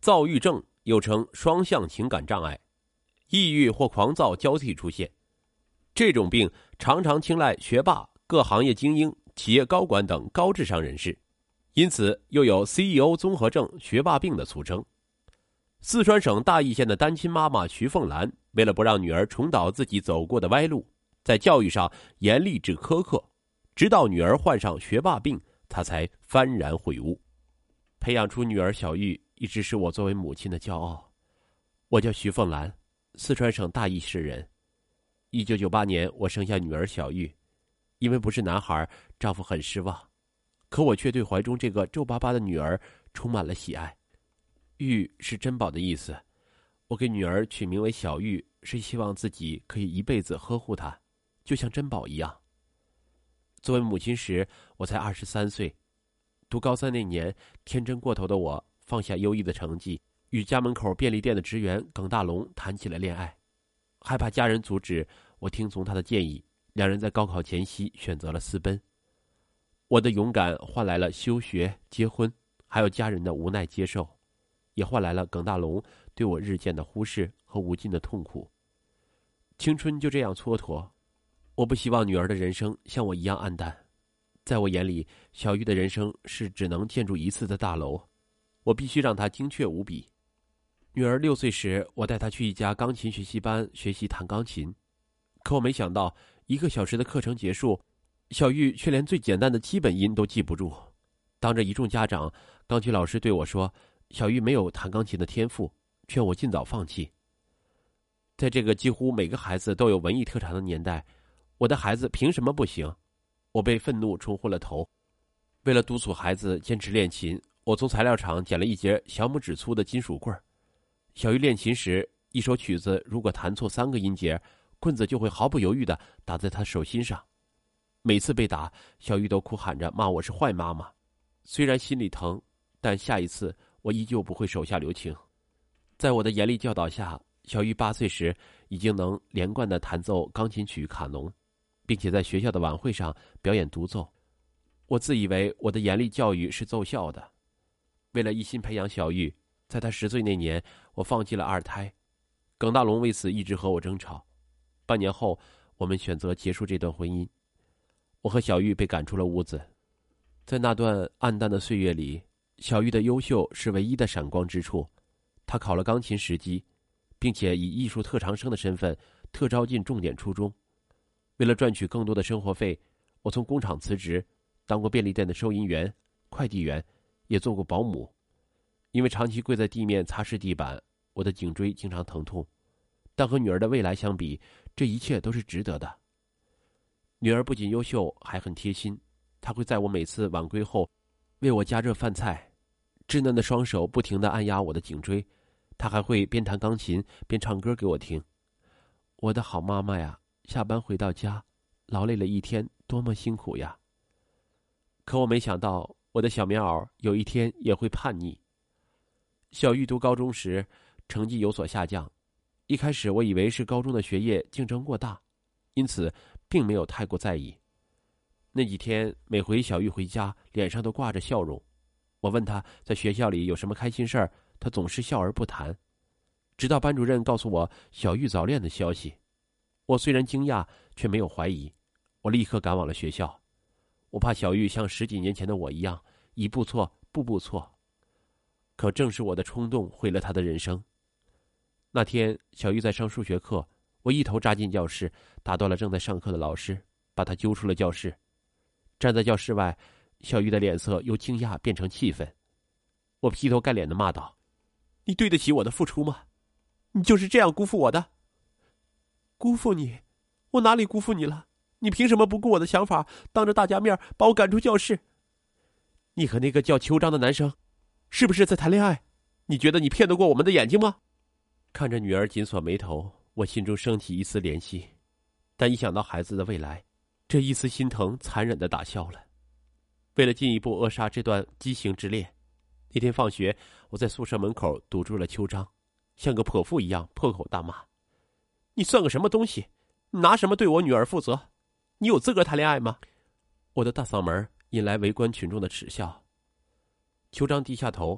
躁郁症又称双向情感障碍，抑郁或狂躁交替出现。这种病常常青睐学霸、各行业精英、企业高管等高智商人士，因此又有 CEO 综合症、学霸病的俗称。四川省大邑县的单亲妈妈徐凤兰，为了不让女儿重蹈自己走过的歪路，在教育上严厉至苛刻，直到女儿患上学霸病，她才幡然悔悟。培养出女儿小玉，一直是我作为母亲的骄傲。我叫徐凤兰，四川省大邑市人。1998年，我生下女儿小玉，因为不是男孩，丈夫很失望，可我却对怀中这个皱巴巴的女儿充满了喜爱。玉是珍宝的意思，我给女儿取名为小玉，是希望自己可以一辈子呵护她，就像珍宝一样。作为母亲时，我才23岁。读高3那年，天真过头的我放下优异的成绩，与家门口便利店的职员耿大龙谈起了恋爱。害怕家人阻止，我听从他的建议，两人在高考前夕选择了私奔。我的勇敢换来了休学、结婚，还有家人的无奈接受，也换来了耿大龙对我日渐的忽视和无尽的痛苦。青春就这样蹉跎，我不希望女儿的人生像我一样黯淡。在我眼里，小玉的人生是只能建筑一次的大楼，我必须让她精确无比。女儿6岁时，我带她去一家钢琴学习班学习弹钢琴，可我没想到1个小时的课程结束，小玉却连最简单的基本音都记不住。当着一众家长，钢琴老师对我说，小玉没有弹钢琴的天赋，劝我尽早放弃。在这个几乎每个孩子都有文艺特长的年代，我的孩子凭什么不行？我被愤怒冲昏了头。为了督促孩子坚持练琴，我从材料厂捡了一节小拇指粗的金属棍。小玉练琴时，一首曲子如果弹错3个音节，棍子就会毫不犹豫地打在她手心上。每次被打，小玉都哭喊着骂我是坏妈妈。虽然心里疼，但下一次我依旧不会手下留情。在我的严厉教导下，小玉8岁时已经能连贯地弹奏钢琴曲《卡农》，并且在学校的晚会上表演独奏。我自以为我的严厉教育是奏效的。为了一心培养小玉，在她10岁那年，我放弃了2胎。耿大龙为此一直和我争吵。半年后，我们选择结束这段婚姻。我和小玉被赶出了屋子。在那段暗淡的岁月里，小玉的优秀是唯一的闪光之处。她考了钢琴10级，并且以艺术特长生的身份特招进重点初中。为了赚取更多的生活费，我从工厂辞职，当过便利店的收银员、快递员，也做过保姆。因为长期跪在地面擦拭地板，我的颈椎经常疼痛。但和女儿的未来相比，这一切都是值得的。女儿不仅优秀，还很贴心。她会在我每次晚归后为我加热饭菜，稚嫩的双手不停地按压我的颈椎。她还会边弹钢琴边唱歌给我听。我的好妈妈呀，下班回到家，劳累了一天，多么辛苦呀！可我没想到，我的小棉袄有一天也会叛逆。小玉读高中时，成绩有所下降。一开始我以为是高中的学业竞争过大，因此并没有太过在意。那几天，每回小玉回家，脸上都挂着笑容。我问她在学校里有什么开心事儿，她总是笑而不谈。直到班主任告诉我小玉早恋的消息，我虽然惊讶，却没有怀疑。我立刻赶往了学校。我怕小玉像10几年前的我一样，一步错，步步错。可正是我的冲动毁了她的人生。那天，小玉在上数学课，我一头扎进教室，打断了正在上课的老师，把她揪出了教室。站在教室外，小玉的脸色由惊讶变成气愤。我劈头盖脸地骂道：“你对得起我的付出吗？你就是这样辜负我的？”“辜负你？我哪里辜负你了？你凭什么不顾我的想法，当着大家面把我赶出教室？你和那个叫邱章的男生，是不是在谈恋爱？你觉得你骗得过我们的眼睛吗？”看着女儿紧锁眉头，我心中升起一丝怜惜，但一想到孩子的未来，这一丝心疼残忍地打消了。为了进一步扼杀这段畸形之恋，那天放学，我在宿舍门口堵住了邱章，像个泼妇一样破口大骂：“你算个什么东西？你拿什么对我女儿负责？你有资格谈恋爱吗？”我的大嗓门引来围观群众的耻笑。邱章低下头，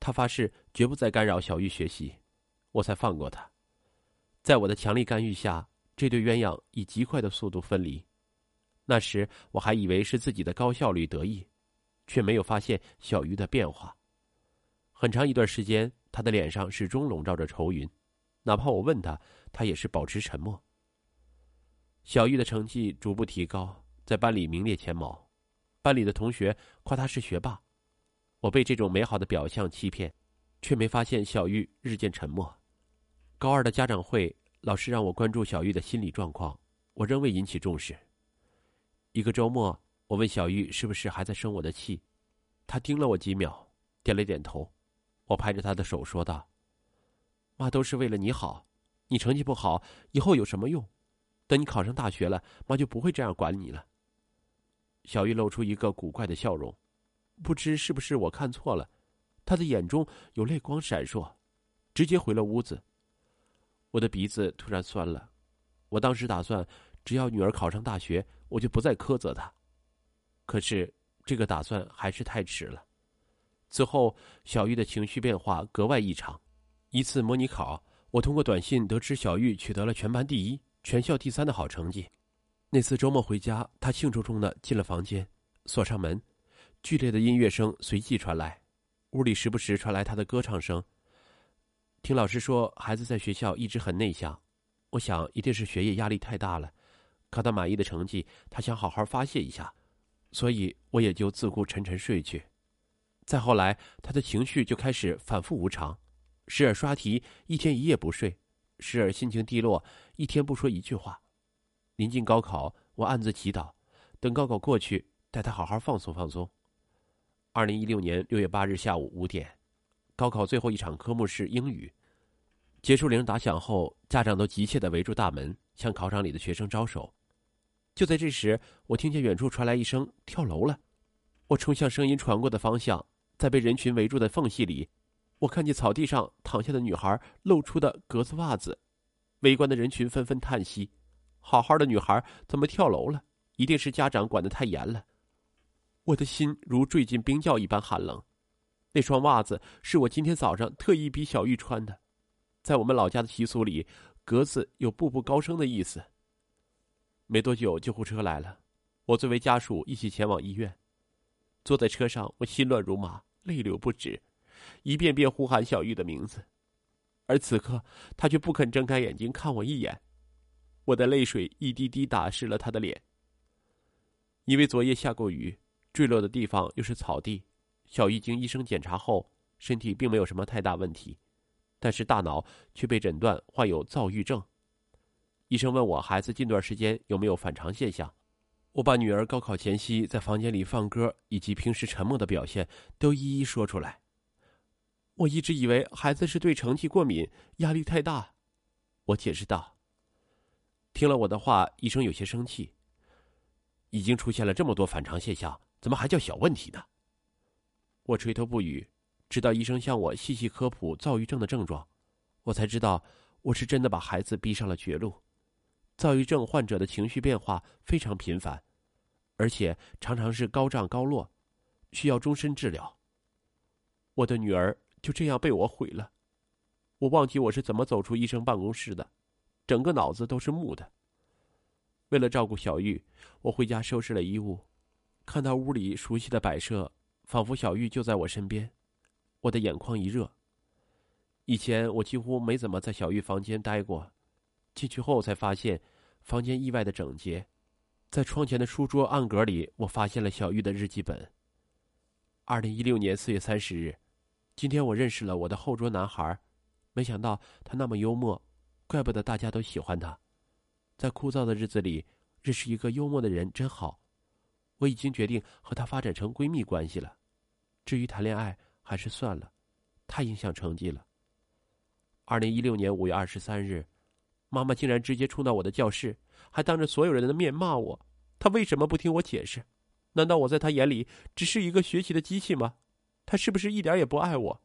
他发誓绝不再干扰小玉学习，我才放过他。在我的强力干预下，这对鸳鸯以极快的速度分离。那时我还以为是自己的高效率得意，却没有发现小玉的变化。很长一段时间，他的脸上始终笼罩着愁云，哪怕我问他，他也是保持沉默。小玉的成绩逐步提高，在班里名列前茅，班里的同学夸他是学霸。我被这种美好的表象欺骗，却没发现小玉日渐沉默。高二的家长会，老师让我关注小玉的心理状况，我仍未引起重视。一个周末，我问小玉是不是还在生我的气，她盯了我几秒，点了点头。我拍着她的手说道：“妈都是为了你好，你成绩不好，以后有什么用？等你考上大学了，妈就不会这样管你了。”小玉露出一个古怪的笑容，不知是不是我看错了，她的眼中有泪光闪烁，直接回了屋子。我的鼻子突然酸了，我当时打算，只要女儿考上大学，我就不再苛责她。可是这个打算还是太迟了。此后，小玉的情绪变化格外异常。一次模拟考，我通过短信得知小玉取得了全班第1、全校第3的好成绩。那次周末回家，她兴冲冲地进了房间，锁上门，剧烈的音乐声随即传来，屋里时不时传来她的歌唱声。听老师说，孩子在学校一直很内向，我想一定是学业压力太大了，考到满意的成绩，他想好好发泄一下，所以我也就自顾沉沉睡去。再后来，他的情绪就开始反复无常，时而刷题，一天一夜不睡；时而心情低落，一天不说一句话。临近高考，我暗自祈祷，等高考过去，带他好好放松放松。2016年6月8日下午5点，高考最后一场科目是英语。结束铃打响后，家长都急切地围住大门，向考场里的学生招手。就在这时，我听见远处传来一声“跳楼了”。我冲向声音传过的方向，在被人群围住的缝隙里，我看见草地上躺下的女孩露出的格子袜子。围观的人群纷纷叹息：好好的女孩怎么跳楼了？一定是家长管得太严了。我的心如坠进冰窖一般寒冷。那双袜子是我今天早上特意逼小玉穿的。在我们老家的习俗里，格子有步步高升的意思。没多久，救护车来了，我作为家属一起前往医院。坐在车上，我心乱如麻，泪流不止，一遍遍呼喊小玉的名字。而此刻，她却不肯睁开眼睛看我一眼。我的泪水一滴滴打湿了她的脸。因为昨夜下过雨，坠落的地方又是草地，小玉经医生检查后，身体并没有什么太大问题，但是大脑却被诊断患有躁郁症。医生问我孩子近段时间有没有反常现象，我把女儿高考前夕在房间里放歌以及平时沉默的表现都一一说出来。我一直以为孩子是对成绩过敏，压力太大，我解释道。听了我的话，医生有些生气。已经出现了这么多反常现象，怎么还叫小问题呢？我垂头不语，直到医生向我细细科普躁郁症的症状，我才知道我是真的把孩子逼上了绝路。躁郁症患者的情绪变化非常频繁，而且常常是高涨高落，需要终身治疗。我的女儿就这样被我毁了。我忘记我是怎么走出医生办公室的，整个脑子都是木的。为了照顾小玉，我回家收拾了衣物，看到屋里熟悉的摆设，仿佛小玉就在我身边，我的眼眶一热。以前我几乎没怎么在小玉房间待过，进去后才发现房间意外的整洁。在窗前的书桌暗格里，我发现了小玉的日记本。2016年4月30日，今天我认识了我的后桌男孩，没想到他那么幽默，怪不得大家都喜欢他。在枯燥的日子里，认识一个幽默的人真好。我已经决定和他发展成闺蜜关系了。至于谈恋爱，还是算了，太影响成绩了。2016年5月23日，妈妈竟然直接冲到我的教室，还当着所有人的面骂我。她为什么不听我解释？难道我在她眼里只是一个学习的机器吗？她是不是一点也不爱我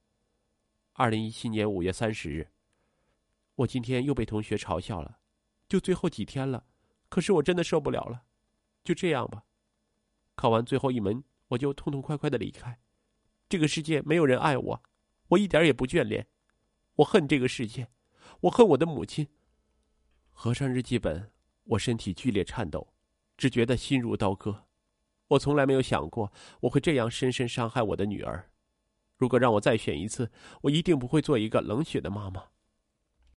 ？2017年5月30日，我今天又被同学嘲笑了。就最后几天了，可是我真的受不了了。就这样吧，考完最后一门，我就痛痛快快的离开。这个世界没有人爱我， 我一点也不眷恋。我恨这个世界，我恨我的母亲。合上日记本，我身体剧烈颤抖，只觉得心如刀割。我从来没有想过我会这样深深伤害我的女儿。如果让我再选一次，我一定不会做一个冷血的妈妈，